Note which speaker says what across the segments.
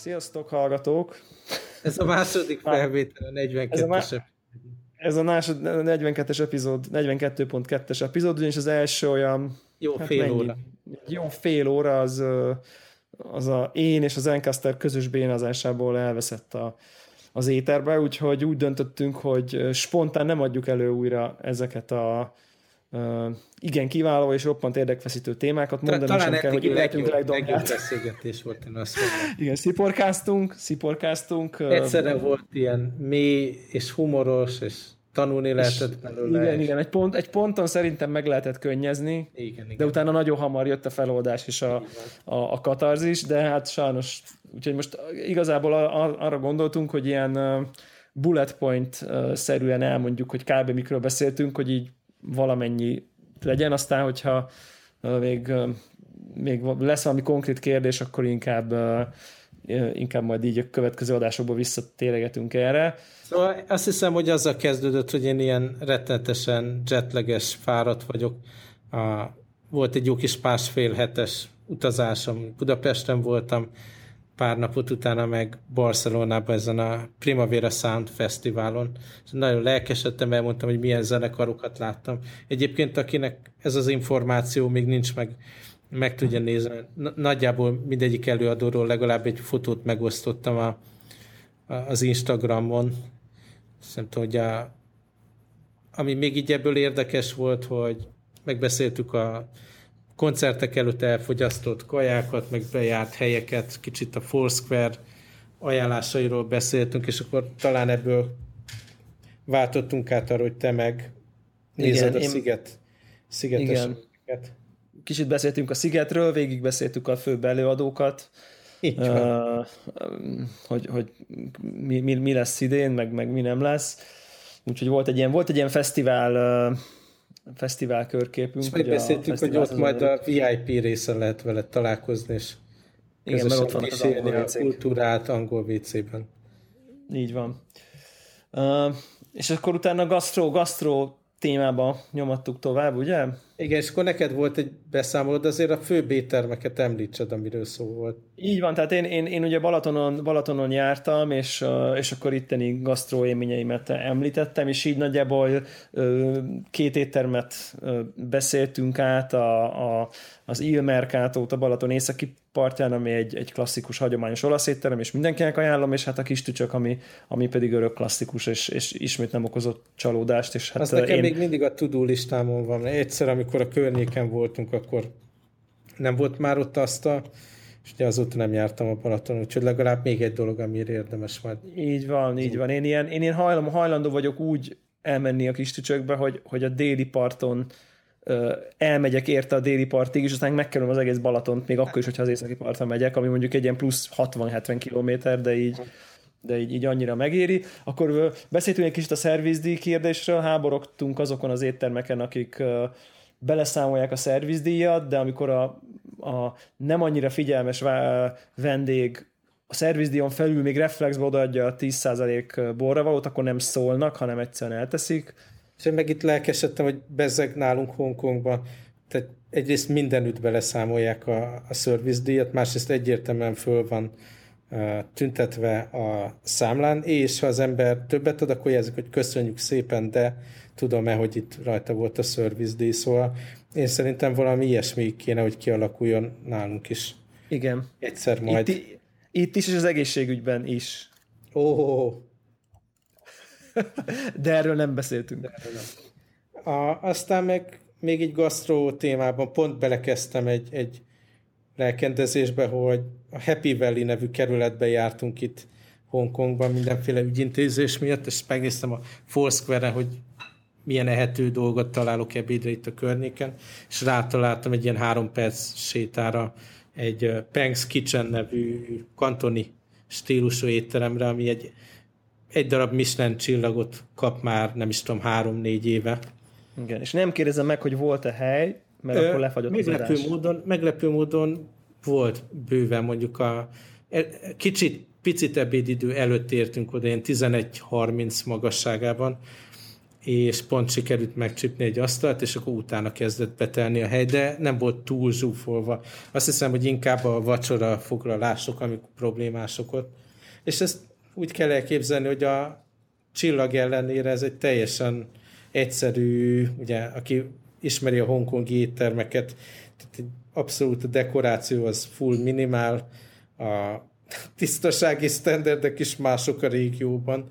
Speaker 1: Sziasztok, hallgatók!
Speaker 2: Ez a második felvétel a 42-es
Speaker 1: Ez a 42-es epizód, 42.2-es epizód, ugyanis az első olyan...
Speaker 2: Jó fél óra.
Speaker 1: Jó fél óra az én és az Encaster közös bénázásából elveszett az éterbe, úgyhogy úgy döntöttünk, hogy spontán nem adjuk elő újra ezeket a igen kiváló és roppant érdekfeszítő témákat. Mondani sem kell, hogy
Speaker 2: legjobb beszélgetés volt, én azt mondom.
Speaker 1: Igen, sziporkáztunk.
Speaker 2: Egyszerre volt ilyen mély és humoros, és tanulni lehetett belőle.
Speaker 1: Igen, egy ponton szerintem meg lehetett könnyezni,
Speaker 2: igen.
Speaker 1: De utána nagyon hamar jött a feloldás és a katarzis, de hát sajnos, úgyhogy most igazából arra gondoltunk, hogy ilyen bullet point-szerűen elmondjuk, hogy kb. Mikről beszéltünk, hogy így valamennyi legyen, aztán, hogyha még lesz valami konkrét kérdés, akkor inkább majd így a következő adásokból visszatéregetünk erre.
Speaker 2: Szóval azt hiszem, hogy azzal kezdődött, hogy én ilyen rettenetesen jetlages, fáradt vagyok. Volt egy jó kis másfél hetes utazásom. Budapesten voltam pár napot, utána meg Barcelonában ezen a Primavera Sound Fesztiválon. És nagyon lelkesedtem, elmondtam, hogy milyen zenekarokat láttam. Egyébként, akinek ez az információ még nincs meg tudja nézni. Nagyjából mindegyik előadóról legalább egy fotót megosztottam az Instagramon. Nem tudom, hogy ami még így ebből érdekes volt, hogy megbeszéltük a koncertek előtt elfogyasztott kajákat, meg bejárt helyeket, kicsit a Foursquare ajánlásairól beszéltünk, és akkor talán ebből váltottunk át arra, hogy te meg nézed a szigetes.
Speaker 1: Kicsit beszéltünk a szigetről, végig beszéltük a főbb előadókat, hogy mi lesz idén, meg mi nem lesz. Úgyhogy volt egy ilyen fesztivál körképünk.
Speaker 2: És megbeszéltük, hogy ott majd a VIP részen lehet veled találkozni, és közösen kísérni a kultúrát angol WC-ben.
Speaker 1: Így van. És akkor utána gasztró témába nyomattuk tovább, ugye?
Speaker 2: Igen, és akkor neked volt egy beszámolód, azért a főbb éttermeket említsed, amiről szó volt.
Speaker 1: Így van, tehát én ugye Balatonon jártam, és akkor itteni gasztró élményeimet említettem, és így nagyjából két éttermet beszéltünk át, az Il Mercatót a Balaton északi partján, ami egy klasszikus, hagyományos olasz étterem, és mindenkinek ajánlom, és hát a Kis Tücsök, ami pedig örök klasszikus, és ismét nem okozott csalódást. És hát
Speaker 2: az nekem még mindig a to-do listámon van. Egyszer, amikor a környéken voltunk, akkor nem volt már ott és ugye azóta nem jártam a Balaton, úgyhogy legalább még egy dolog, amire érdemes majd.
Speaker 1: Így van. Én ilyen hajlandó vagyok úgy elmenni a Kis Tücsökbe, hogy a déli parton elmegyek érte a déli partig, és aztán megkerülöm az egész Balatont, még akkor is, hogyha az északi parton megyek, ami mondjuk egy ilyen plusz 60-70 kilométer, de így annyira megéri. Akkor beszéltünk egy kicsit a szervizdíj kérdésről, háborogtunk azokon az éttermeken, akik beleszámolják a szervizdíjat, de amikor a nem annyira figyelmes vendég a szervizdíjon felül még reflexbe odaadja a 10% borravalót, akkor nem szólnak, hanem egyszerűen elteszik.
Speaker 2: És én meg itt lelkesedtem, hogy bezzeg nálunk Hongkongban, tehát egyrészt mindenütt beleszámolják a szervizdíjat, másrészt egyértelműen föl van tüntetve a számlán, és ha az ember többet ad, akkor jelzik, hogy köszönjük szépen, de tudom-e, hogy itt rajta volt a szervizdíj, szóval én szerintem valami ilyesmi kéne, hogy kialakuljon nálunk is.
Speaker 1: Igen.
Speaker 2: Egyszer majd.
Speaker 1: Itt is, és az egészségügyben is. De erről nem beszéltünk.
Speaker 2: Aztán meg még egy gasztró témában pont belekezdtem egy lelkendezésbe, hogy a Happy Valley nevű kerületbe jártunk itt Hongkongban mindenféle ügyintézés miatt, és megnéztem a Foursquare-en, hogy milyen ehető dolgot találok ebédre itt a környéken, és rátaláltam egy ilyen 3 perc sétára egy Peng's Kitchen nevű kantoni stílusú étteremre, ami egy darab Michelin csillagot kap már, nem is tudom, 3-4 éve.
Speaker 1: Igen, és nem kérdezem meg, hogy volt-e hely, mert akkor lefagyott az adás.
Speaker 2: Meglepő módon volt bőven, mondjuk picit ebédidő előtt értünk oda, ilyen 11:30 magasságában, és pont sikerült megcsípni egy asztalt, és akkor utána kezdett betelni a hely, de nem volt túl zsúfolva. Azt hiszem, hogy inkább a vacsora foglalások, amik problémások ott. És ezt úgy kell elképzelni, hogy a csillag ellenére ez egy teljesen egyszerű, ugye, aki ismeri a hongkongi éttermeket, tehát abszolút a dekoráció az full minimál, a tisztasági sztenderdek is mások a régióban.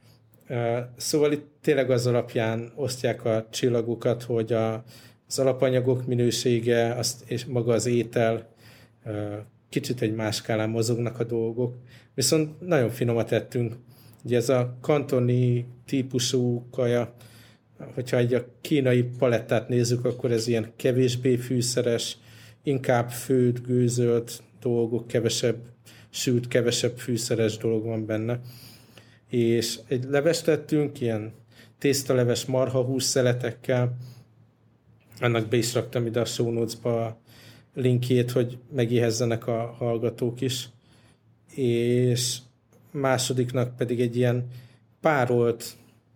Speaker 2: Szóval itt tényleg az alapján osztják a csillagokat, hogy az alapanyagok minősége és maga az étel, kicsit egy más skálán mozognak a dolgok. Viszont nagyon finomat ettünk. Ugye ez a kantoni típusú kaja, hogyha egy a kínai palettát nézzük, akkor ez ilyen kevésbé fűszeres, inkább főtt, gőzölt dolgok, kevesebb sült, kevesebb fűszeres dolog van benne. És egy levest tettünk, ilyen tésztaleves marhahús szeletekkel, annak be is raktam ide a show notes-ba a linkjét, hogy megéhezzenek a hallgatók is. És másodiknak pedig egy ilyen párolt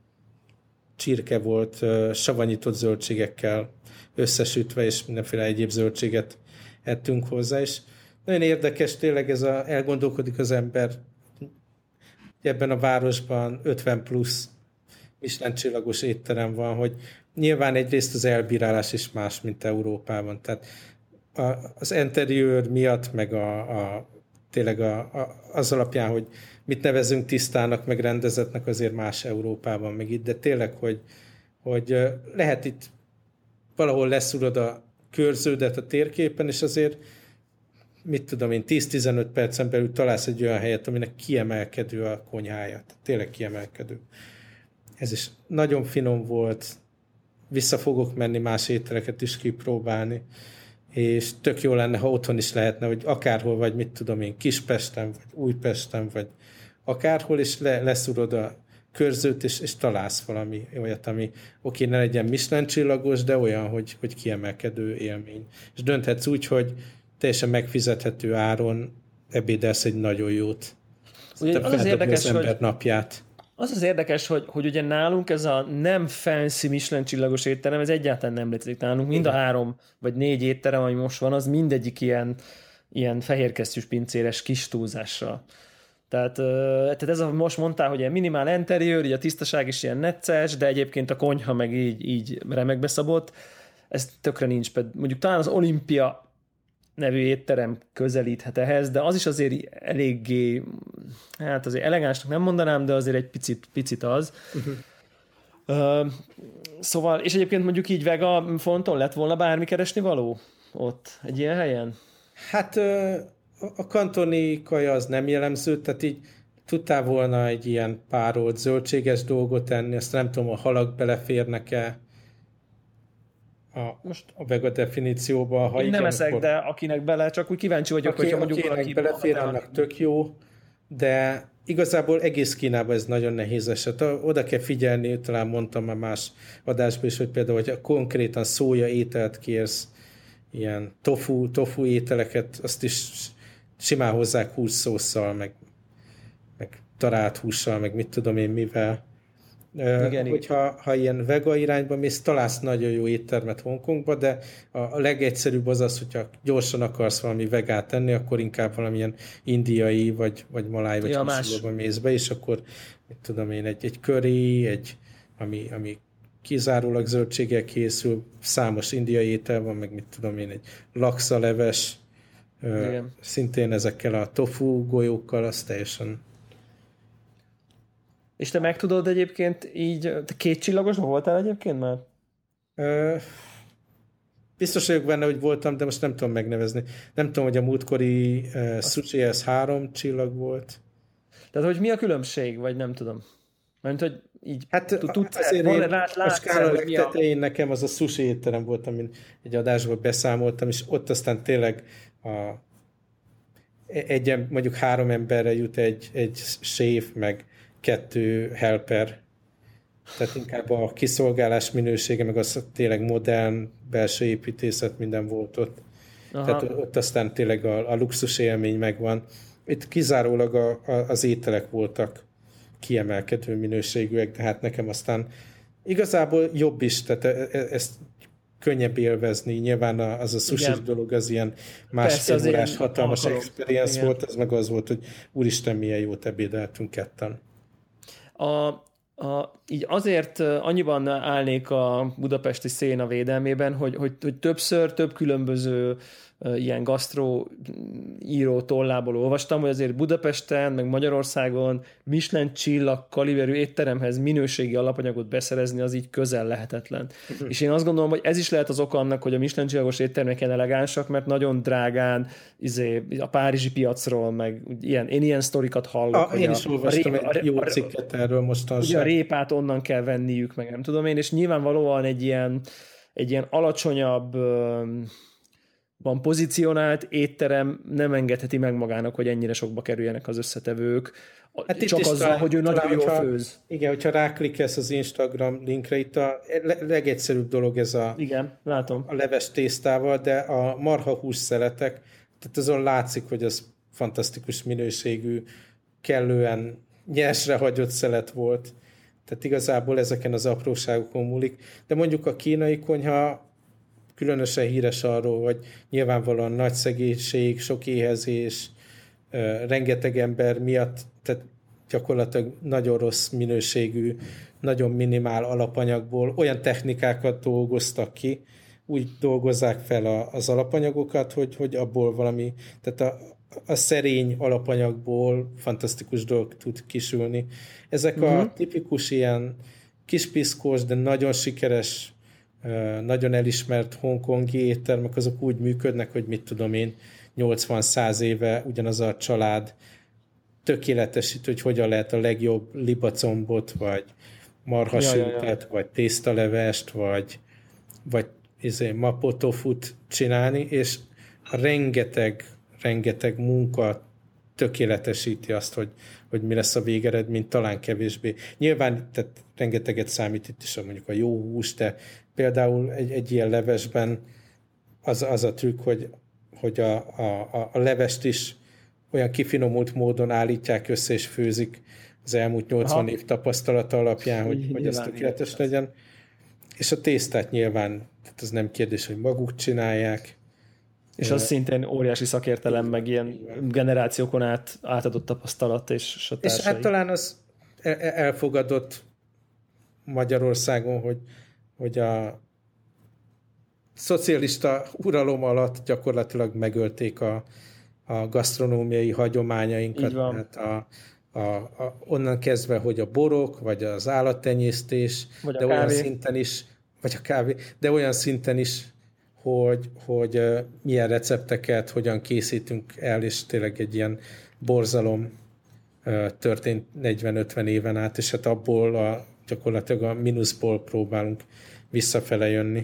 Speaker 2: csirke volt, savanyított zöldségekkel összesütve, és mindenféle egyéb zöldséget ettünk hozzá, és nagyon érdekes tényleg elgondolkodik az ember, ebben a városban 50 plusz Michelin csillagos étterem van, hogy nyilván egyrészt az elbírálás is más, mint Európában. Tehát az interiőr miatt, meg tényleg az alapján, hogy mit nevezünk tisztának, meg rendezetnek, azért más Európában, meg itt, de tényleg, hogy lehet itt valahol leszúrod a körződet a térképen, és azért mit tudom én, 10-15 percen belül találsz egy olyan helyet, aminek kiemelkedő a konyhája. Tényleg kiemelkedő. Ez is nagyon finom volt. Vissza fogok menni más ételeket is kipróbálni. És tök jó lenne, ha otthon is lehetne, hogy akárhol vagy, mit tudom én, Kispesten, vagy Újpesten, vagy akárhol is leszúrod a körzőt, és találsz valami olyat, ami oké, ne legyen Michelin csillagos, de olyan, hogy kiemelkedő élmény. És dönthetsz úgy, hogy teljesen megfizethető áron ebédelsz egy nagyon jót.
Speaker 1: Ugye az érdekes,
Speaker 2: az ember napját.
Speaker 1: Az érdekes, hogy ugye nálunk ez a nem fancy Michelin csillagos étterem, ez egyáltalán nem létezik nálunk. Mind a 3 vagy 4 étterem, ami most van, az mindegyik ilyen fehérkesztyűs pincéres kis túlzással. Tehát ez most mondtál, hogy ilyen minimál interiőr, így a tisztaság is ilyen necces, de egyébként a konyha meg így remekbe szabott. Ez tökre nincs. Mondjuk talán az Olimpia nevű étterem közelíthet ehhez, de az is azért eléggé, hát azért elegánsnak nem mondanám, de azért egy picit az. Szóval, és egyébként mondjuk így Vega fonton lett volna bármi keresni való ott, egy ilyen helyen?
Speaker 2: Hát a kantoni kaja az nem jellemző, tehát így tudtál volna egy ilyen párolt zöldséges dolgot tenni, azt nem tudom, a halak beleférnek-e most a vega definícióba. Ha
Speaker 1: én nem eszek, akkor... de akinek bele, csak úgy kíváncsi vagyok, hogyha mondjuk
Speaker 2: valaki belefér, annak tök jó, de igazából egész Kínában ez nagyon nehéz eset. Oda kell figyelni, talán mondtam már más adásban is, hogy például, hogy konkrétan szója ételt kérsz, ilyen tofu ételeket, azt is simán hozzák hússzósszal, meg tarált hússal, meg mit tudom én mivel. Igen, hogyha ilyen vega irányba mész, találsz nagyon jó éttermet Hongkongba, de a legegyszerűbb az, hogyha gyorsan akarsz valami vegát tenni, akkor inkább valamilyen indiai, vagy maláj, vagy hasonlóba mész be, és akkor mit tudom én, egy curry, ami kizárólag zöldséggel készül, számos indiai étel van, meg mit tudom én, egy laksa leves, szintén ezekkel a tofu golyókkal, az teljesen.
Speaker 1: És te meg tudod egyébként így, te 2 csillagosban voltál egyébként már?
Speaker 2: Biztos vagyok benne, hogy voltam, de most nem tudom megnevezni. Nem tudom, hogy a múltkori sushi ez 3 csillag volt.
Speaker 1: Tehát, hogy mi a különbség, vagy nem tudom. Mert hogy így
Speaker 2: azért a skála legtetején nekem az a sushi étterem volt, amin egy adásban beszámoltam, és ott aztán tényleg mondjuk 3 emberre jut egy séf, meg 2 helper. Tehát inkább a kiszolgálás minősége, meg az tényleg modern belső építészet, minden volt ott. Aha. Tehát ott aztán tényleg a luxus élmény megvan. Itt kizárólag az ételek voltak kiemelkedő minőségűek, de hát nekem aztán Igazából jobb is, tehát ezt könnyebb élvezni. Nyilván az a sushi dolog az ilyen másfél órás hatalmas experience volt, ez meg az volt, hogy úristen, milyen jót ebédeltünk ketten.
Speaker 1: Így azért annyiban állnék a budapesti széna védelmében, hogy többször több különböző ilyen gasztró író tollából olvastam, hogy azért Budapesten, meg Magyarországon Michelin csillag kaliberű étteremhez minőségi alapanyagot beszerezni, az így közel lehetetlen. És én azt gondolom, hogy ez is lehet az oka annak, hogy a Michelin csillagos éttermek ilyen elegánsak, mert nagyon drágán a párizsi piacról, meg én ilyen sztorikat hallok.
Speaker 2: Én is olvastam egy jó cikket erről mostanság.
Speaker 1: Ugye a répát onnan kell venniük, meg nem tudom én, és nyilvánvalóan egy ilyen alacsonyabb van pozícionált étterem nem engedheti meg magának, hogy ennyire sokba kerüljenek az összetevők. Hát csak azzal, hogy ő nagyon jól főz.
Speaker 2: Igen, hogyha ráklikkelsz az Instagram linkre, itt a legegyszerűbb dolog ez
Speaker 1: igen, látom.
Speaker 2: A leves tésztával, de a marha hússzeletek, tehát azon látszik, hogy ez fantasztikus minőségű, kellően nyersre hagyott szelet volt. Tehát igazából ezeken az apróságokon múlik. De mondjuk a kínai konyha különösen híres arról, hogy nyilvánvalóan nagy szegénység, sok éhezés, rengeteg ember miatt, tehát gyakorlatilag nagyon rossz minőségű, nagyon minimál alapanyagból olyan technikákat dolgoztak ki, úgy dolgozzák fel az alapanyagokat, hogy abból valami, tehát a szerény alapanyagból fantasztikus dolog tud kisülni. Ezek a tipikus ilyen kispiszkos, de nagyon sikeres, nagyon elismert hongkongi éttermek, azok úgy működnek, hogy mit tudom én, 80-100 éve ugyanaz a család tökéletesít, hogy hogyan lehet a legjobb libacombot, vagy marhasültet, vagy tésztalevest, vagy mapo tofut csinálni, és rengeteg munka tökéletesíti azt, hogy mi lesz a végeredmény, talán kevésbé. Nyilván tehát rengeteget számít itt is mondjuk a jó hús, de például egy ilyen levesben az a trükk, hogy a levest is olyan kifinomult módon állítják össze és főzik az elmúlt 80 év tapasztalata alapján, hogy ez tökéletes legyen. És a tésztát nyilván, tehát ez nem kérdés, hogy maguk csinálják.
Speaker 1: És az szintén óriási szakértelem, meg ilyen generációkon átadott tapasztalat, és a társai.
Speaker 2: És hát talán az elfogadott Magyarországon, hogy a szocialista uralom alatt gyakorlatilag megölték a gasztronómiai hagyományainkat. Tehát onnan kezdve, hogy a borok, vagy az állattenyésztés, vagy de olyan szinten is, vagy a kávé, de olyan szinten is, hogy milyen recepteket, hogyan készítünk el, és tényleg egy ilyen borzalom történt 40-50 éven át, és hát abból gyakorlatilag a mínuszból próbálunk visszafele jönni.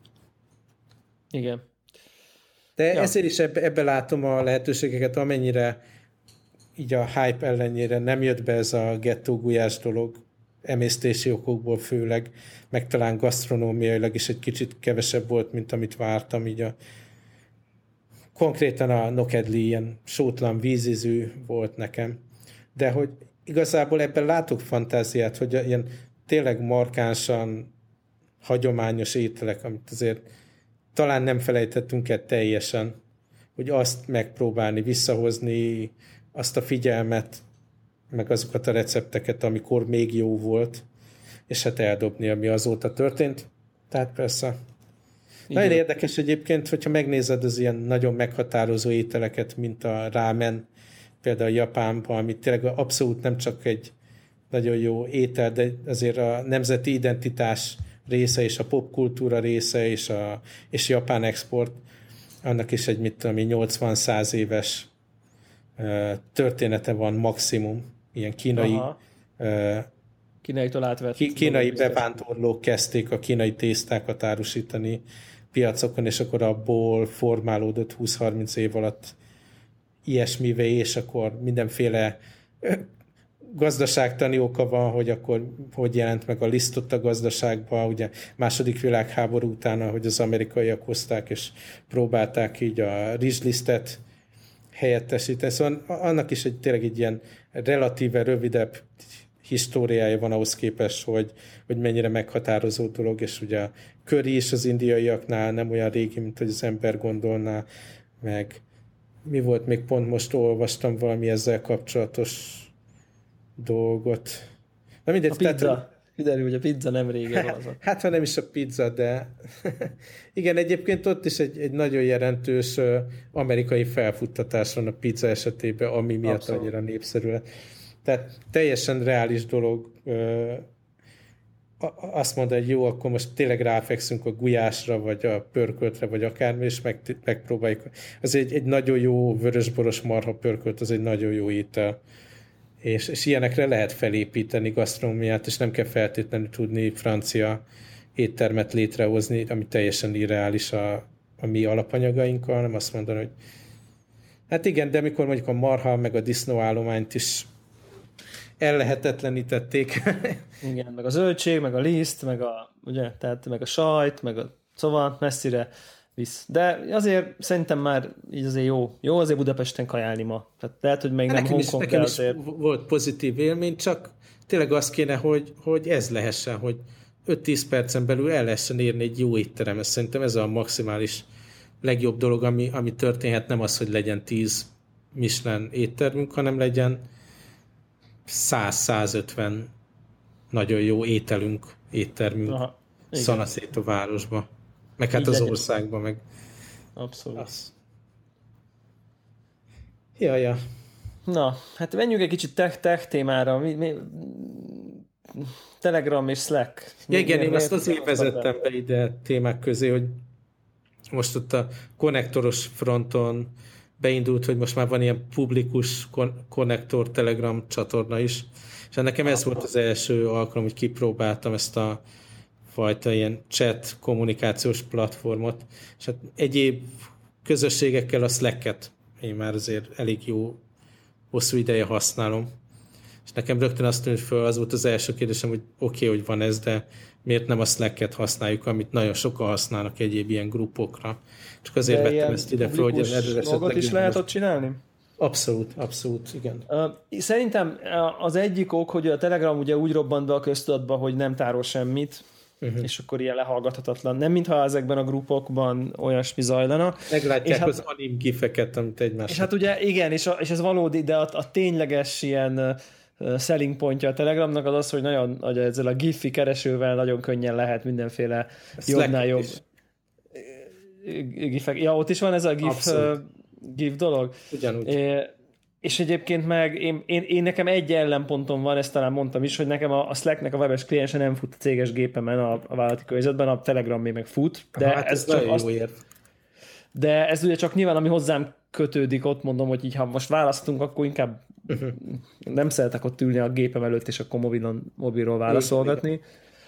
Speaker 1: Igen.
Speaker 2: De ezért is ebbe látom a lehetőségeket, amennyire így a hype ellenére nem jött be ez a gettó gulyás dolog, emésztési okokból főleg, meg talán gasztronómiailag is egy kicsit kevesebb volt, mint amit vártam, így konkrétan a nokedli ilyen sótlan vízízű volt nekem. De hogy igazából ebben látok fantáziát, hogy ilyen tényleg markánsan hagyományos ételek, amit azért talán nem felejtettünk el teljesen, hogy azt megpróbálni visszahozni, azt a figyelmet, meg azokat a recepteket, amikor még jó volt, és hát eldobni, ami azóta történt. Tehát persze. Igen. Nagyon érdekes egyébként, hogyha megnézed az ilyen nagyon meghatározó ételeket, mint a ramen, például Japánban, ami tényleg abszolút nem csak egy nagyon jó étel, de azért a nemzeti identitás része, és a popkultúra része, és japán export, annak is egy 80-100 éves története van maximum, ilyen kínai
Speaker 1: kínaitól átvett
Speaker 2: kínai bevándorlók kezdték a kínai tésztákat árusítani piacokon, és akkor abból formálódott 20-30 év alatt ilyesmivé, és akkor mindenféle gazdaságtani oka van, hogy akkor hogy jelent meg a lisztot a gazdaságban, ugye második világháború után, hogy az amerikaiak hozták, és próbálták így a rizslisztet helyettesíteni. Szóval annak is tényleg egy ilyen relatíve rövidebb históriája van ahhoz képest, hogy mennyire meghatározó dolog, és ugye a curry is az indiaiaknál nem olyan régi, mint hogy az ember gondolná, meg mi volt, még pont most olvastam valami ezzel kapcsolatos dolgot. Na mindegy,
Speaker 1: A pizza. Kiderül, hogy a pizza nem régen van az.
Speaker 2: Hát, ha nem is a pizza, de igen, egyébként ott is egy nagyon jelentős amerikai felfuttatás van a pizza esetében, ami miatt abszolút annyira népszerű lett. Tehát teljesen reális dolog azt mondani, hogy jó, akkor most tényleg ráfekszünk a gulyásra, vagy a pörköltre, vagy akármi, és megpróbáljuk. Az egy nagyon jó vörösboros marha pörkölt, az egy nagyon jó étel. És ilyenekre lehet felépíteni gasztronómiát, és nem kell feltétlenül tudni francia éttermet létrehozni, ami teljesen irreális a mi alapanyagainkkal, hanem azt mondani, hogy hát igen, de amikor mondjuk a marha, meg a disznóállományt is ellehetetlenítették.
Speaker 1: Igen, meg a zöldség, meg a liszt, meg a sajt, szóval messzire visz. De azért szerintem már így azért jó azért Budapesten kajálni ma. Tehát lehet, hogy még nem Hongkong,
Speaker 2: nekem is volt pozitív élmény, csak tényleg az kéne, hogy ez lehessen, hogy 5-10 percen belül el lehessen érni egy jó étterem. Szerintem ez a maximális legjobb dolog, ami történhet, nem az, hogy legyen 10 Michelin éttermünk, hanem legyen 100-150 nagyon jó éttermünk szanaszét a városba. Meg hát így az országban, meg...
Speaker 1: Abszolút. Az.
Speaker 2: Ja.
Speaker 1: Na, hát menjünk egy kicsit tech témára. Telegram és Slack.
Speaker 2: Ja, igen, én azt azért vezettem be ide témák közé, hogy most ott a konnektoros fronton beindult, hogy most már van ilyen publikus konnektor Telegram csatorna is, és nekem ez volt az első alkalom, hogy kipróbáltam ezt a fajta ilyen chat kommunikációs platformot, és hát egyéb közösségekkel a Slack-et én már azért elég jó hosszú ideje használom. És nekem rögtön azt tűnt föl, az volt az első kérdésem, hogy oké, hogy van ez, de miért nem a Slack-et használjuk, amit nagyon sokan használnak egyéb ilyen grupokra. Csak azért vettem ezt ide föl, hogy
Speaker 1: erről esetleg is lehet ott csinálni?
Speaker 2: Abszolút, igen.
Speaker 1: Szerintem az egyik ok, hogy a Telegram ugye úgy robbant be a köztudatba, hogy nem tárol semmit, és akkor ilyen lehallgathatatlan. Nem mintha ezekben a grupokban olyasmi zajlana.
Speaker 2: Meglátják az anim gifeket, amit egymásnak.
Speaker 1: És hát ugye igen, és ez valódi, de a tényleges ilyen selling pontja a Telegramnak az, hogy nagyon hogy ezzel a Giphy keresővel nagyon könnyen lehet mindenféle jobbnál jobb gifek. Ja, ott is van ez a GIF dolog.
Speaker 2: Ugyanúgy.
Speaker 1: És egyébként meg én nekem egy ellenpontom van, ezt talán mondtam is, hogy nekem a Slacknek a webes kliense nem fut a céges gépemen a vállalati környezetben, a Telegram még meg fut. De
Speaker 2: hát ez csak jó érv.
Speaker 1: De ez ugye csak nyilván, ami hozzám kötődik, ott mondom, hogy így ha most választunk, akkor inkább nem szeretek ott ülni a gépem előtt, és akkor mobilról válaszolgatni.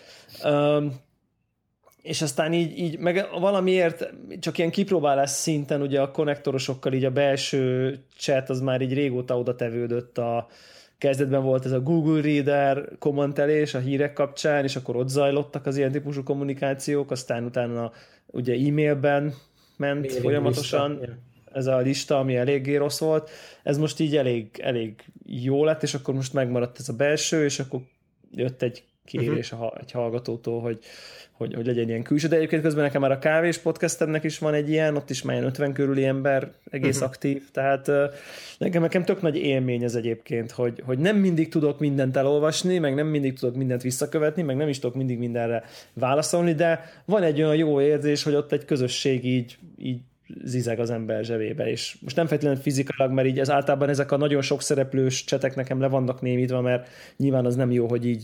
Speaker 1: És aztán így meg valamiért csak ilyen kipróbálás szinten ugye a konnektorosokkal így a belső chat az már így régóta oda tevődött kezdetben volt ez a Google Reader kommentelés a hírek kapcsán, és akkor ott zajlottak az ilyen típusú kommunikációk, aztán utána ugye e-mailben ment folyamatosan ez a lista, ami eléggé rossz volt. Ez most így elég jó lett, és akkor most megmaradt ez a belső, és akkor jött egy kérés egy hallgatótól, hogy legyen ilyen külső, de egyébként közben nekem már a kávés podcastemnek is van egy ilyen, ott is már 50 körüli ember egész aktív, tehát nekem tök nagy élmény ez egyébként, hogy nem mindig tudok mindent elolvasni, meg nem mindig tudok mindent visszakövetni, meg nem is tudok mindig mindenre válaszolni, de van egy olyan jó érzés, hogy ott egy közösség így zizeg az ember zsebébe, és most nem feltétlenül fizikailag, mert így általában ezek a nagyon sok szereplős csetek nekem le vannak némítva, mert nyilván az nem jó, hogy így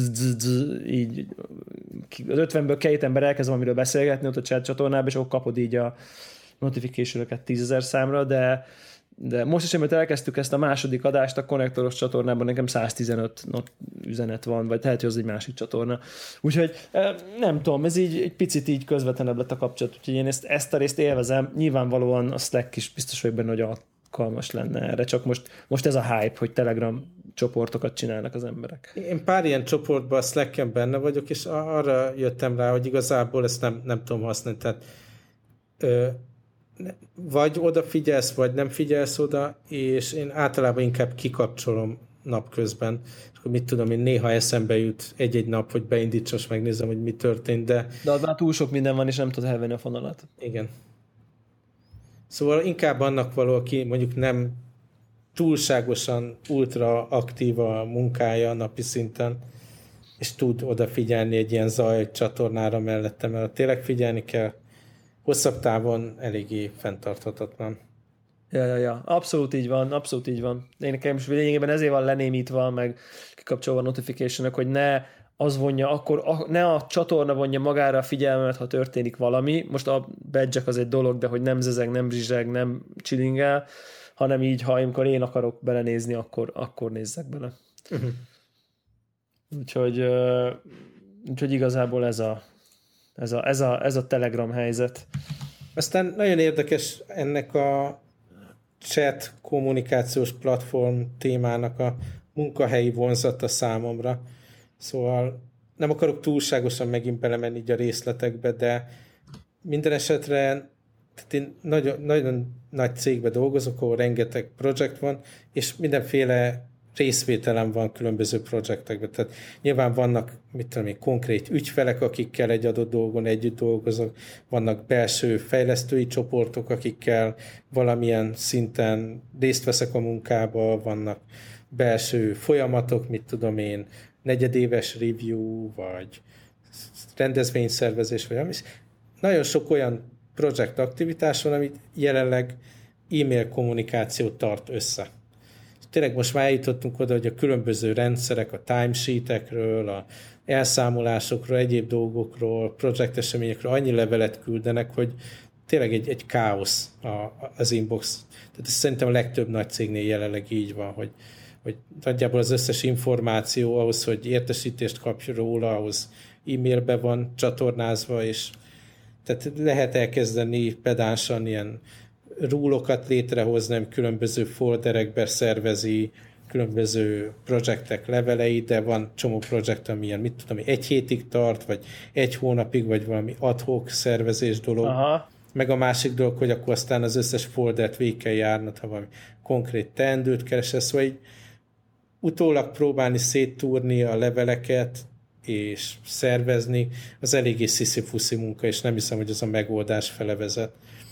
Speaker 1: az 50-ből 2 ember elkezd amiről beszélgetni ott a chat csatornában, és akkor kapod így a notification-öket 10 000 számra, de most is, amikor elkezdtük ezt a második adást, a konnektoros csatornában nekem 115 üzenet van, vagy lehet, hogy az egy másik csatorna. Úgyhogy nem tudom, ez így egy picit így közvetlenebb lett a kapcsolat, úgyhogy én ezt a részt élvezem. Nyilvánvalóan a Slack is biztos vagyok benne, hogy alkalmas lenne erre, csak most ez a hype, hogy Telegram csoportokat csinálnak az emberek.
Speaker 2: Én pár ilyen csoportban a Slacken benne vagyok, és arra jöttem rá, hogy igazából ezt nem tudom használni, tehát vagy odafigyelsz, vagy nem figyelsz oda, és én általában inkább kikapcsolom napközben, és akkor mit tudom én, néha eszembe jut egy-egy nap, hogy beindítsa, és megnézem, hogy mi történt,
Speaker 1: De az már túl sok minden van, és nem tudod elvenni a fonalat.
Speaker 2: igen. Szóval inkább annak való, aki mondjuk nem túlságosan ultra aktív a munkája napi szinten, és tud odafigyelni egy ilyen zaj csatornára mellette, mert tényleg figyelni kell, hosszabb távon eléggé fenntarthatatlan.
Speaker 1: Ja. Abszolút így van, abszolút így van. Én nekem is lényegében ezért van lenémítva, meg kikapcsolva a notification-ök, hogy ne az vonja, akkor ne a csatorna vonja magára a figyelmemet, ha történik valami. Most a badge az egy dolog, de hogy nem zezeg, nem zsizseg, nem chillingel, hanem így, ha amikor én akarok belenézni, akkor nézzek bele.
Speaker 2: Uh-huh.
Speaker 1: Úgyhogy igazából ez a Telegram helyzet.
Speaker 2: Aztán nagyon érdekes ennek a chat kommunikációs platform témának a munkahelyi vonzata számomra. Szóval nem akarok túlságosan megint belemenni így a részletekbe, de minden esetre tehát én nagyon nagy cégben dolgozok, ahol rengeteg projekt van, és mindenféle részvételem van különböző projektekben. Tehát nyilván vannak, mit tudom én, konkrét ügyfelek, akikkel egy adott dolgon együtt dolgozok, vannak belső fejlesztői csoportok, akikkel valamilyen szinten részt veszek a munkába, vannak belső folyamatok, mit tudom én, negyedéves review, vagy rendezvényszervezés, vagy ami. Nagyon sok olyan projekt aktivitás van, amit jelenleg e-mail kommunikációt tart össze. Tényleg most már eljutottunk oda, hogy a különböző rendszerek, a timesheetekről, a elszámolásokról, egyéb dolgokról, projekteseményekről annyi levelet küldenek, hogy tényleg egy káosz az inbox. Tehát ez szerintem a legtöbb nagy cégnél jelenleg így van, hogy nagyjából az összes információ ahhoz, hogy értesítést kapj róla, ahhoz e-mailbe van csatornázva, és tehát lehet elkezdeni pedánsan ilyen rúlokat létrehozni, különböző folderekbe szervezi, különböző projektek leveleit, de van csomó projekt, ami ilyen, mit tudom, egy hétig tart, vagy egy hónapig, vagy valami ad hoc szervezés dolog. Aha. Meg a másik dolog, hogy akkor aztán az összes foldert végig kell járnod, ha valami konkrét teendőt keresel, szóval így utólag próbálni széttúrni a leveleket, és szervezni, az eléggé sziszi-fuszi munka, és nem hiszem, hogy ez a megoldás fele vezet.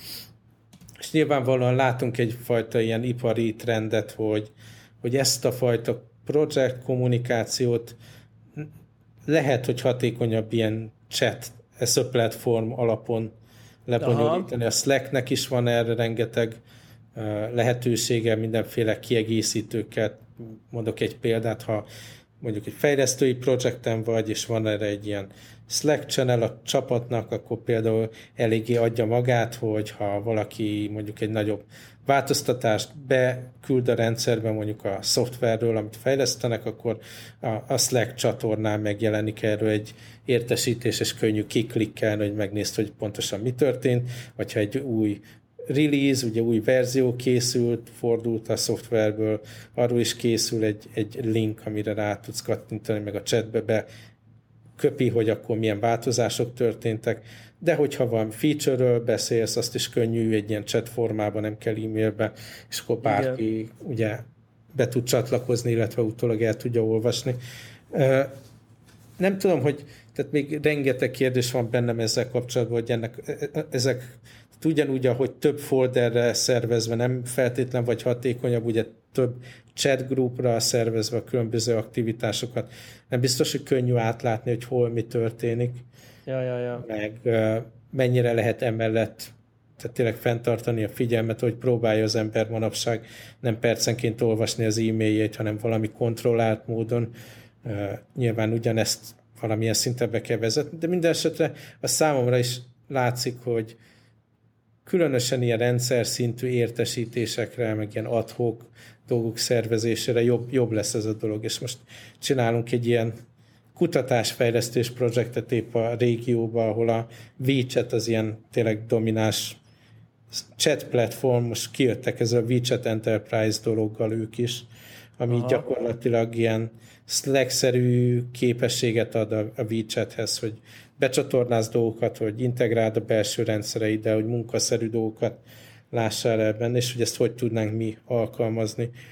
Speaker 2: És nyilvánvalóan látunk egyfajta ilyen ipari trendet, hogy ezt a fajta projekt kommunikációt lehet, hogy hatékonyabb ilyen chat, ez a platform alapon lebonyolítani. A Slacknek is van erre rengeteg lehetősége, mindenféle kiegészítőket. Mondok egy példát, ha mondjuk egy fejlesztői projekten vagy, és van erre egy ilyen Slack channel a csapatnak, akkor például eléggé adja magát, hogy ha valaki mondjuk egy nagyobb változtatást beküld a rendszerbe, mondjuk a szoftverről, amit fejlesztenek, akkor a Slack csatornán megjelenik erről egy értesítés, és könnyű kiklikkelni, hogy megnézd, hogy pontosan mi történt, vagy ha egy új release, ugye új verzió készült, fordult a szoftverből, arról is készül egy link, amire rá tudsz kattintani, meg a chatbe beköpi, hogy akkor milyen változások történtek, de hogyha van feature-ről beszélsz, azt is könnyű egy ilyen chat formában, nem kell e-mailbe, és akkor bárki ugye be tud csatlakozni, illetve utólag el tudja olvasni. Nem tudom, hogy tehát még rengeteg kérdés van bennem ezzel kapcsolatban, hogy ezek ugyanúgy, ahogy több folderre szervezve nem feltétlen vagy hatékonyabb, ugye több chat groupra szervezve a különböző aktivitásokat. Nem biztos, hogy könnyű átlátni, hogy hol mi történik.
Speaker 1: Ja.
Speaker 2: Meg mennyire lehet emellett tehát tényleg fenntartani a figyelmet, hogy próbálja az ember manapság nem percenként olvasni az e-mailjét, hanem valami kontrollált módon. Nyilván ugyanezt valamilyen szinten be kell vezetni, de minden esetre a számomra is látszik, hogy különösen ilyen rendszer szintű értesítésekre, meg ilyen ad hoc dolgok szervezésére jobb lesz ez a dolog, és most csinálunk egy ilyen kutatásfejlesztés projektet épp a régióban, ahol a WeChat az ilyen tényleg domináns chat platform, most kijöttek ez a WeChat Enterprise dologgal ők is, ami gyakorlatilag ilyen Slack-szerű képességet ad a WeChathez, hogy becsatornáz dolgokat, hogy integráld a belső rendszereiddel, hogy munkaszerű dolgokat lássál ebben, és hogy ezt hogy tudnánk mi alkalmazni.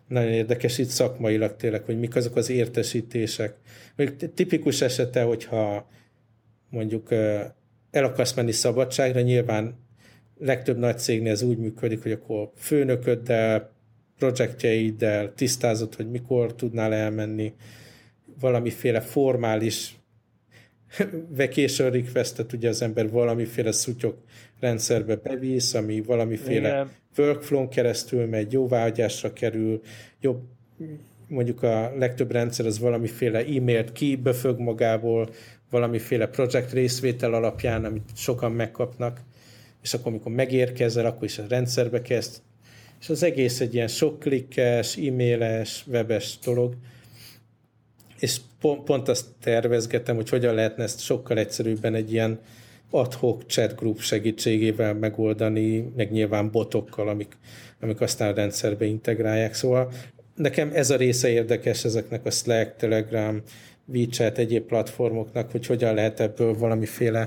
Speaker 2: nagyon érdekes itt szakmailag tényleg, hogy mik azok az értesítések. Még tipikus esete, hogyha mondjuk el akarsz menni szabadságra, nyilván legtöbb nagy cégnél ez úgy működik, hogy akkor főnököddel, projektjeiddel tisztázod, hogy mikor tudnál elmenni, valamiféle formális vacation requestet ugye az ember valamiféle szutyok rendszerbe bevisz, ami valamiféle workflow-n keresztül megy, jóváhagyásra kerül, jobb, mondjuk a legtöbb rendszer az valamiféle e-mailt kiböfög magából, valamiféle projekt részvétel alapján, amit sokan megkapnak, és akkor, amikor megérkezel, akkor is a rendszerbe kezd, és az egész egy ilyen sok klikkes, e-mailes, webes dolog, és pont azt tervezgetem, hogy hogyan lehetne ezt sokkal egyszerűbben egy ilyen ad hoc chat group segítségével megoldani, meg nyilván botokkal, amik aztán a rendszerbe integrálják. Szóval nekem ez a része érdekes ezeknek a Slack, Telegram, WeChat, egyéb platformoknak, hogy hogyan lehet ebből valamiféle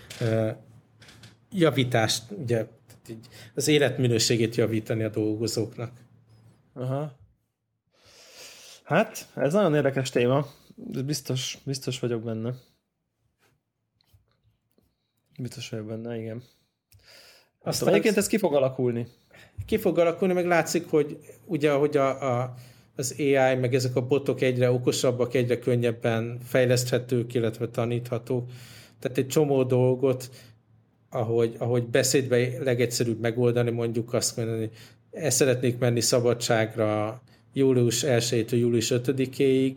Speaker 2: javítást, ugye az életminőségét javítani a dolgozóknak.
Speaker 1: Aha. Hát, ez nagyon érdekes téma. Biztos vagyok benne. Biztos vagyok benne, igen. Aztán egyébként ez ki fog alakulni?
Speaker 2: Ki fog alakulni, meg látszik, hogy ugye ahogy az AI, meg ezek a botok egyre okosabbak, egyre könnyebben fejleszthetők, illetve taníthatók. Tehát egy csomó dolgot, ahogy beszédben legegyszerűbb megoldani, mondjuk azt mondani, hogy szeretnék menni szabadságra július 1-től július 5-éig,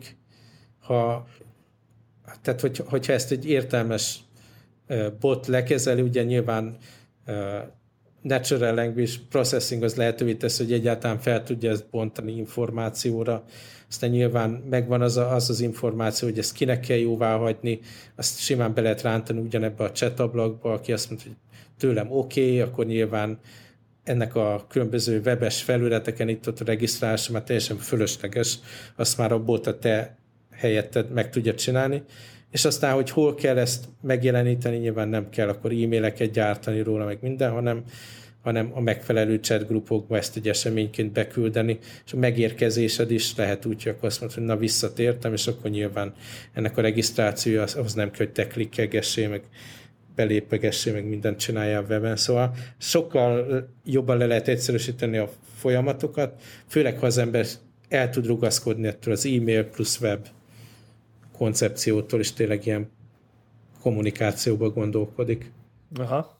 Speaker 2: tehát hogyha ezt egy értelmes bot lekezeli, ugye nyilván natural language processing az lehetővé tesz, hogy egyáltalán fel tudja ezt bontani információra, aztán nyilván megvan az információ, hogy ezt kinek kell jóvá hagyni, azt simán be lehet rántani ugyanebbe a chat ablakba, aki azt mondja, hogy tőlem oké, akkor nyilván ennek a különböző webes felületeken itt-ott regisztrálása már teljesen fölösleges, azt már a bot a te helyetted meg tudja csinálni, és aztán, hogy hol kell ezt megjeleníteni, nyilván nem kell akkor e-maileket gyártani róla, meg minden, hanem a megfelelő chatgrupokba ezt egy eseményként beküldeni, és a megérkezésed is lehet úgy, hogy akkor azt mondod, hogy na visszatértem, és akkor nyilván ennek a regisztrációja ahhoz nem kell, hogy te klikkelgessé, meg belépegessé, meg mindent csinálja a weben. Szóval sokkal jobban le lehet egyszerűsíteni a folyamatokat, főleg ha az ember el tud rugaszkodni ettől az e-mail plusz web koncepciótól, és tényleg ilyen kommunikációba gondolkodik.
Speaker 1: Aha.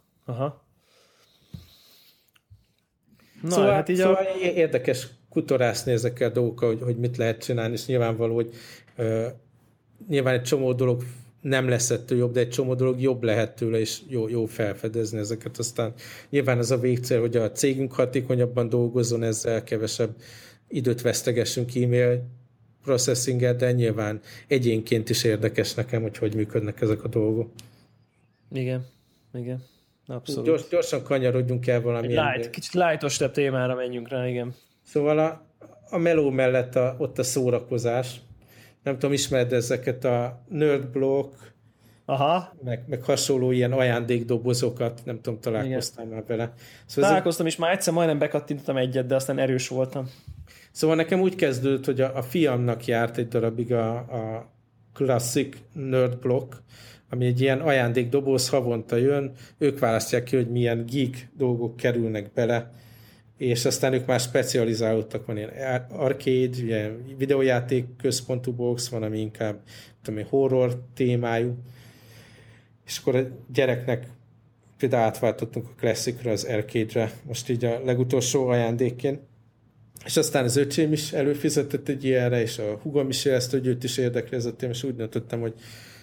Speaker 2: Na, szóval, hát így szóval érdekes kutorászni ezekkel a dolgokkal, hogy mit lehet csinálni, és nyilvánvaló, hogy nyilván egy csomó dolog nem lesz ettől jobb, de egy csomó dolog jobb lehet tőle, és jó felfedezni ezeket. Aztán nyilván az a végcél, hogy a cégünk hatékonyabban dolgozzon, ezzel kevesebb időt vesztegessünk e-mail processinget, de nyilván egyénként is érdekes nekem, hogy működnek ezek a dolgok.
Speaker 1: Igen. Abszolút.
Speaker 2: Gyorsan kanyarodjunk el valamilyen.
Speaker 1: Kicsit lightosabb témára menjünk rá, igen.
Speaker 2: Szóval a meló mellett ott a szórakozás. Nem tudom, ismered ezeket a nerdblog, meg hasonló ilyen ajándékdobozokat, nem tudom, találkoztál már vele.
Speaker 1: Szóval találkoztam, és már egyszer majdnem bekattintottam egyet, de aztán erős voltam.
Speaker 2: Szóval nekem úgy kezdődött, hogy a fiamnak járt egy darabig a Classic Nerdblog, ami egy ilyen ajándékdoboz, havonta jön, ők választják ki, hogy milyen geek dolgok kerülnek bele, és aztán ők már specializálódtak, van ilyen arcade, ilyen videójáték központú box, van, ami inkább horror témájú, és akkor a gyereknek például átváltottunk a Classicra az arcade-re, most így a legutolsó ajándékként, és aztán az öcsém is előfizetett egy ilyenre, és a húgom is érezte, hogy őt is érdekli ez a téma, és úgy döntöttem, hogy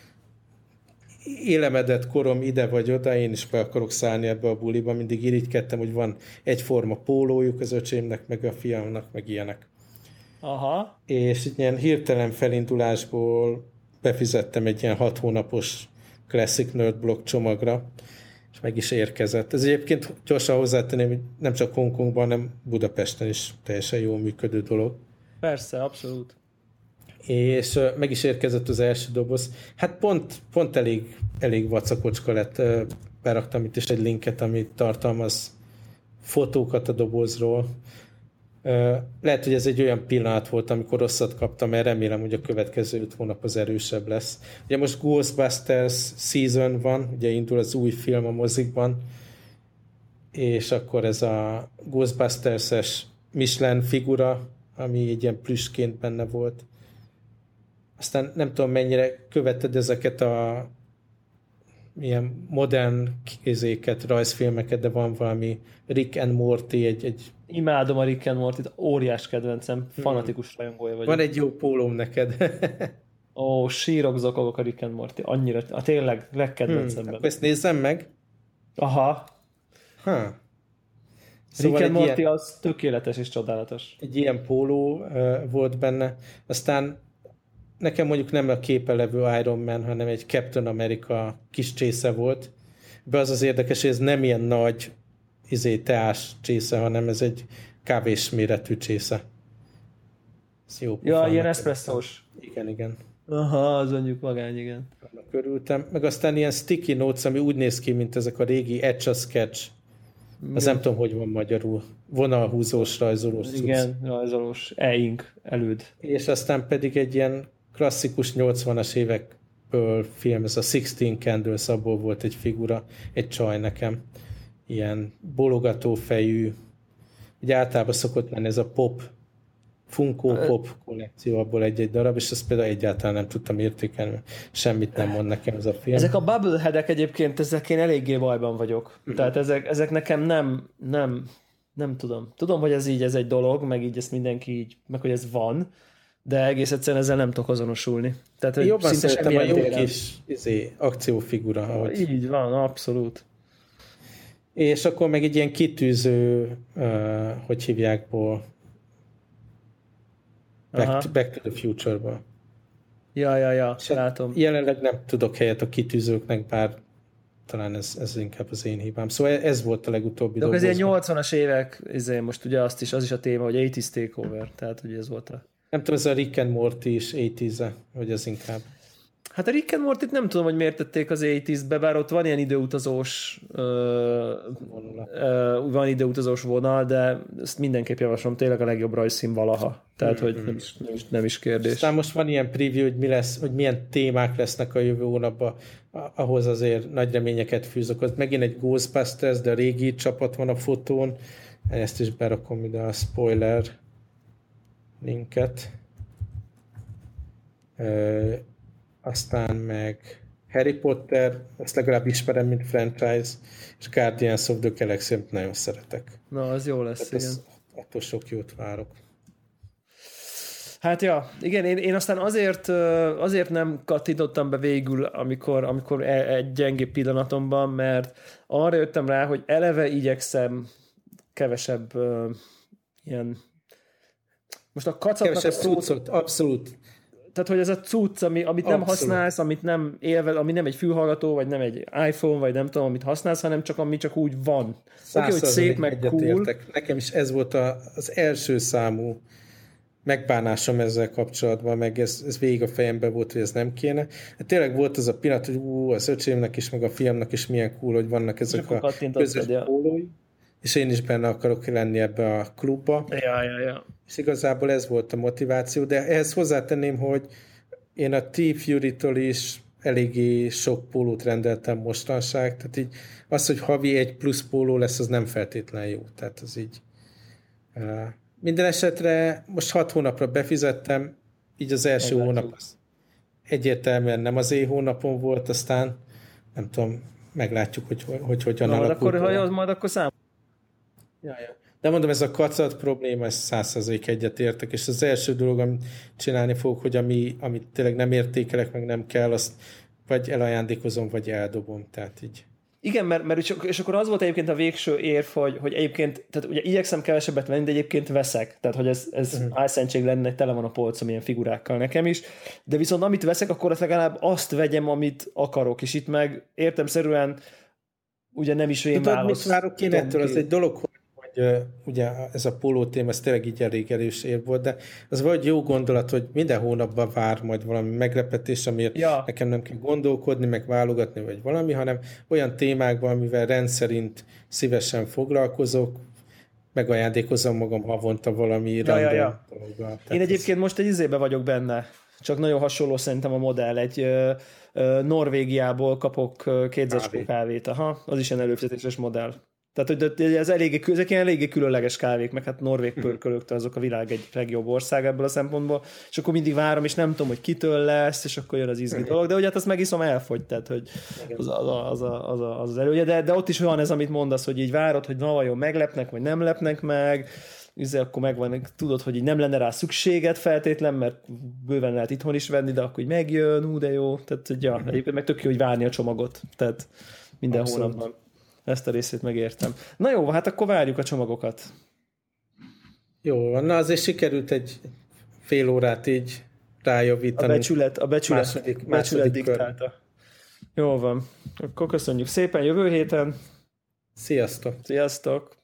Speaker 2: élemedett korom ide vagy oda, én is be akarok szállni ebbe a buliba, mindig irigykedtem, hogy van egyforma pólójuk az öcsémnek, meg a fiamnak, meg ilyenek.
Speaker 1: Aha.
Speaker 2: És ilyen hirtelen felindulásból befizettem egy ilyen 6 hónapos Classic Nerdblog csomagra, és meg is érkezett. Ez egyébként gyorsan hozzátenném, hogy nem csak Hongkongban, hanem Budapesten is teljesen jól működő dolog.
Speaker 1: Persze, abszolút.
Speaker 2: És meg is érkezett az első doboz. Hát pont elég vacakocska lett. Beraktam itt is egy linket, ami tartalmaz fotókat a dobozról. Lehet, hogy ez egy olyan pillanat volt, amikor rosszat kaptam, mert remélem, hogy a következő 5 hónap az erősebb lesz. Ugye most Ghostbusters season van, ugye indul az új film a mozikban, és akkor ez a Ghostbusters-es Michelin figura, ami egy ilyen plüssként benne volt. Aztán nem tudom, mennyire követted ezeket a ilyen modern kézéket, rajzfilmeket, de van valami Rick and Morty, egy
Speaker 1: Imádom a Rick and Morty-t, óriás kedvencem, fanatikus rajongója vagyok.
Speaker 2: van egy jó pólóm neked.
Speaker 1: Ó, sírok, zokogok a Rick and Morty, annyira, tényleg, legkedvencemben.
Speaker 2: Akkor ezt nézzem meg.
Speaker 1: Aha. Szóval Rick and Morty ilyen, az tökéletes és csodálatos.
Speaker 2: Egy ilyen póló volt benne. Aztán nekem mondjuk nem a képen levő Iron Man, hanem egy Captain America kis csésze volt. De az érdekes, hogy ez nem ilyen nagy teás csésze, hanem ez egy kávés méretű csésze. Ez jó.
Speaker 1: Ja, ilyen eszpresszós.
Speaker 2: Igen.
Speaker 1: Aha, az mondjuk magány, igen.
Speaker 2: Körültem. Meg aztán ilyen sticky notes, ami úgy néz ki, mint ezek a régi Etch-a-Sketch. Az nem tudom, hogy van magyarul. Vonalhúzós, rajzolós.
Speaker 1: Igen, rajzolós, e-ink, előd.
Speaker 2: És aztán pedig egy ilyen klasszikus 80-as évekből film, ez a 16 Candles, abból volt egy figura, egy csaj nekem. Ilyen bologató fejű, ugye általában szokott lenni ez a Funko Pop kollekció, abból egy-egy darab, és ezt például egyáltalán nem tudtam értékelni, mert semmit nem mond nekem ez a film.
Speaker 1: Ezek a bubbleheadek egyébként, ezek én eléggé bajban vagyok. Tehát ezek nekem nem tudom. Tudom, hogy ez így, ez egy dolog, meg így ezt mindenki így, meg hogy ez van, de egész egyszerűen ezzel nem tudok azonosulni. Tehát
Speaker 2: jobban szeretem a jó kis akciófigura.
Speaker 1: Ahogy... Így van, abszolút.
Speaker 2: És akkor meg egy ilyen kitűző, hogy hívjákból, Back to the Future-ba.
Speaker 1: Ja, látom.
Speaker 2: Jelenleg nem tudok helyet a kitűzőknek, bár talán ez inkább az én hibám. Szóval ez volt a legutóbbi
Speaker 1: dolog. De ez ilyen 80-as évek, most ugye az is a téma, hogy 80s takeover, tehát ugye ez volt a...
Speaker 2: Nem tudom, ez a Rick and Morty is 80s-e, vagy az inkább.
Speaker 1: Hát a Rick and Morty-t nem tudom, hogy miért tették az 80s-be, bár ott van ilyen időutazós vonal, de ezt mindenképp javaslom, tényleg a legjobb rajzszín valaha. Tehát, hogy nem is kérdés.
Speaker 2: Aztán most van ilyen preview, hogy mi lesz, hogy milyen témák lesznek a jövő hónapban, ahhoz azért nagy reményeket fűzök. Ott megint egy Ghostbusters, de a régi csapat van a fotón. Ezt is berakom ide a spoiler linket. Aztán meg Harry Potter, ezt legalább ismerem, mint franchise, és Guardians of the Galaxy, amit nagyon szeretek.
Speaker 1: Na, az jó lesz,
Speaker 2: igen. Attól sok jót várok.
Speaker 1: Hát ja, igen, én aztán azért nem kattintottam be végül, amikor egy gyengébb pillanatomban, mert arra jöttem rá, hogy eleve igyekszem kevesebb ilyen... Most a kacatnak
Speaker 2: kevesebb cuccot, abszolút.
Speaker 1: Tehát, hogy ez a cucc, amit nem használsz, amit nem élve, ami nem egy fülhallgató, vagy nem egy iPhone, vagy nem tudom, amit használsz, hanem ami csak úgy van. Oké, hogy szép, meg cool.
Speaker 2: Értek. Nekem is ez volt az első számú megbánásom ezzel kapcsolatban, meg ez végig a fejemben volt, hogy ez nem kéne. Hát tényleg volt az a pillanat, hogy az öcsémnek is, meg a fiamnak is milyen cool, hogy vannak ezek a közös pólói, és én is benne akarok lenni ebbe a klubba.
Speaker 1: Ja.
Speaker 2: És igazából ez volt a motiváció, de ehhez hozzátenném, hogy én a T-Fury-től is eléggé sok pólót rendeltem mostanság, tehát így az, hogy havi egy plusz póló lesz, az nem feltétlen jó. Tehát az így... Minden esetre most 6 hónapra befizettem, így az első hónap az egyértelműen nem az én hónapon volt, aztán nem tudom, meglátjuk, hogy hogyan alakul.
Speaker 1: Majd akkor számol.
Speaker 2: Ja. De mondom, ez a kacat probléma, ez 100% egyetértek, és az első dolog, amit csinálni fogok, hogy amit tényleg nem értékelek, meg nem kell, azt vagy elajándékozom, vagy eldobom, tehát így.
Speaker 1: Igen, mert és akkor az volt egyébként a végső érv, hogy egyébként, tehát ugye igyekszem kevesebbet venni, de egyébként veszek. Tehát, hogy ez álszentség lenne, tele van a polcom ilyen figurákkal nekem is. De viszont amit veszek, akkor azt legalább azt vegyem, amit akarok. És itt meg értelemszerűen ugye nem is én
Speaker 2: válasz. Tudod, mit várok én ettől? Az egy dolog, hogy ugye ez a póló téma, ez tényleg így elég erős év volt, de az vagy jó gondolat, hogy minden hónapban vár majd valami meglepetés, amiért nekem nem kell gondolkodni, meg válogatni, vagy valami, hanem olyan témákban, amivel rendszerint szívesen foglalkozok, megajándékozom magam havonta valami random dologgal.
Speaker 1: Én egyébként most egy izébe vagyok benne, csak nagyon hasonló szerintem a modell. Egy Norvégiából kapok 2 zacskó kávét, az is egy előfizetéses modell. Tehát, hogy ezek ilyen eléggé különleges kávék, meg hát norvég pörkölőktől azok a világ egy legjobb ország ebből a szempontból, és akkor mindig várom, és nem tudom, hogy kitől lesz, és akkor jön az izgi dolog, de hogy hát azt megiszom, elfogy, tehát, hogy az előnye, de ott is van ez, amit mondasz, hogy így várod, hogy na vajon meglepnek, vagy nem lepnek meg, akkor megvan, tudod, hogy így nem lenne rá szükséged feltétlen, mert bőven lehet itthon is venni, de akkor így megjön, de jó, tehát hogy egyébként meg tök jó, hogy várni a csomagot, tehát minden hónapban. Ezt a részét megértem. Na jó, hát akkor várjuk a csomagokat.
Speaker 2: Jó van, na azért sikerült egy fél órát így rájavítani.
Speaker 1: A becsület diktálta. Jó van. Akkor köszönjük szépen, jövő héten.
Speaker 2: Sziasztok!
Speaker 1: Sziasztok!